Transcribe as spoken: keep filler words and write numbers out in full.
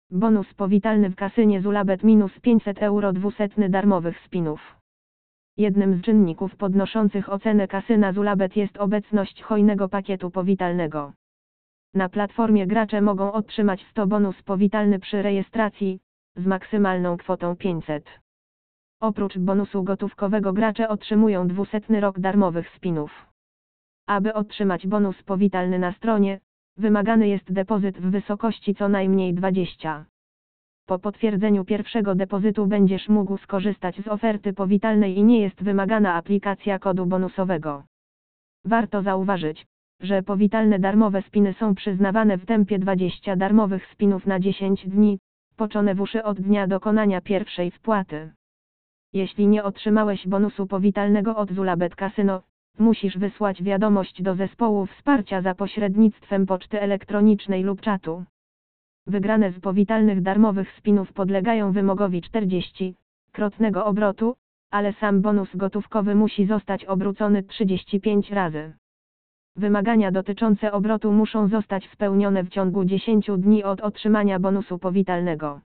Bonus powitalny w kasynie Zulabet minus pięćset euro dwieście darmowych spinów. Jednym z czynników podnoszących ocenę kasyna Zulabet jest obecność hojnego pakietu powitalnego. Na platformie gracze mogą otrzymać sto bonus powitalny przy rejestracji, z maksymalną kwotą pięćset. Oprócz bonusu gotówkowego gracze otrzymują dwusetny rok darmowych spinów. Aby otrzymać bonus powitalny na stronie, wymagany jest depozyt w wysokości co najmniej dwadzieścia. Po potwierdzeniu pierwszego depozytu będziesz mógł skorzystać z oferty powitalnej i nie jest wymagana aplikacja kodu bonusowego. Warto zauważyć, że powitalne darmowe spiny są przyznawane w tempie dwadzieścia darmowych spinów na dziesięć dni, poczone w uszy od dnia dokonania pierwszej wpłaty. Jeśli nie otrzymałeś bonusu powitalnego od Zulabet Casino, musisz wysłać wiadomość do zespołu wsparcia za pośrednictwem poczty elektronicznej lub czatu. Wygrane z powitalnych darmowych spinów podlegają wymogowi czterdziestokrotnego obrotu, ale sam bonus gotówkowy musi zostać obrócony trzydzieści pięć razy. Wymagania dotyczące obrotu muszą zostać spełnione w ciągu dziesięciu dni od otrzymania bonusu powitalnego.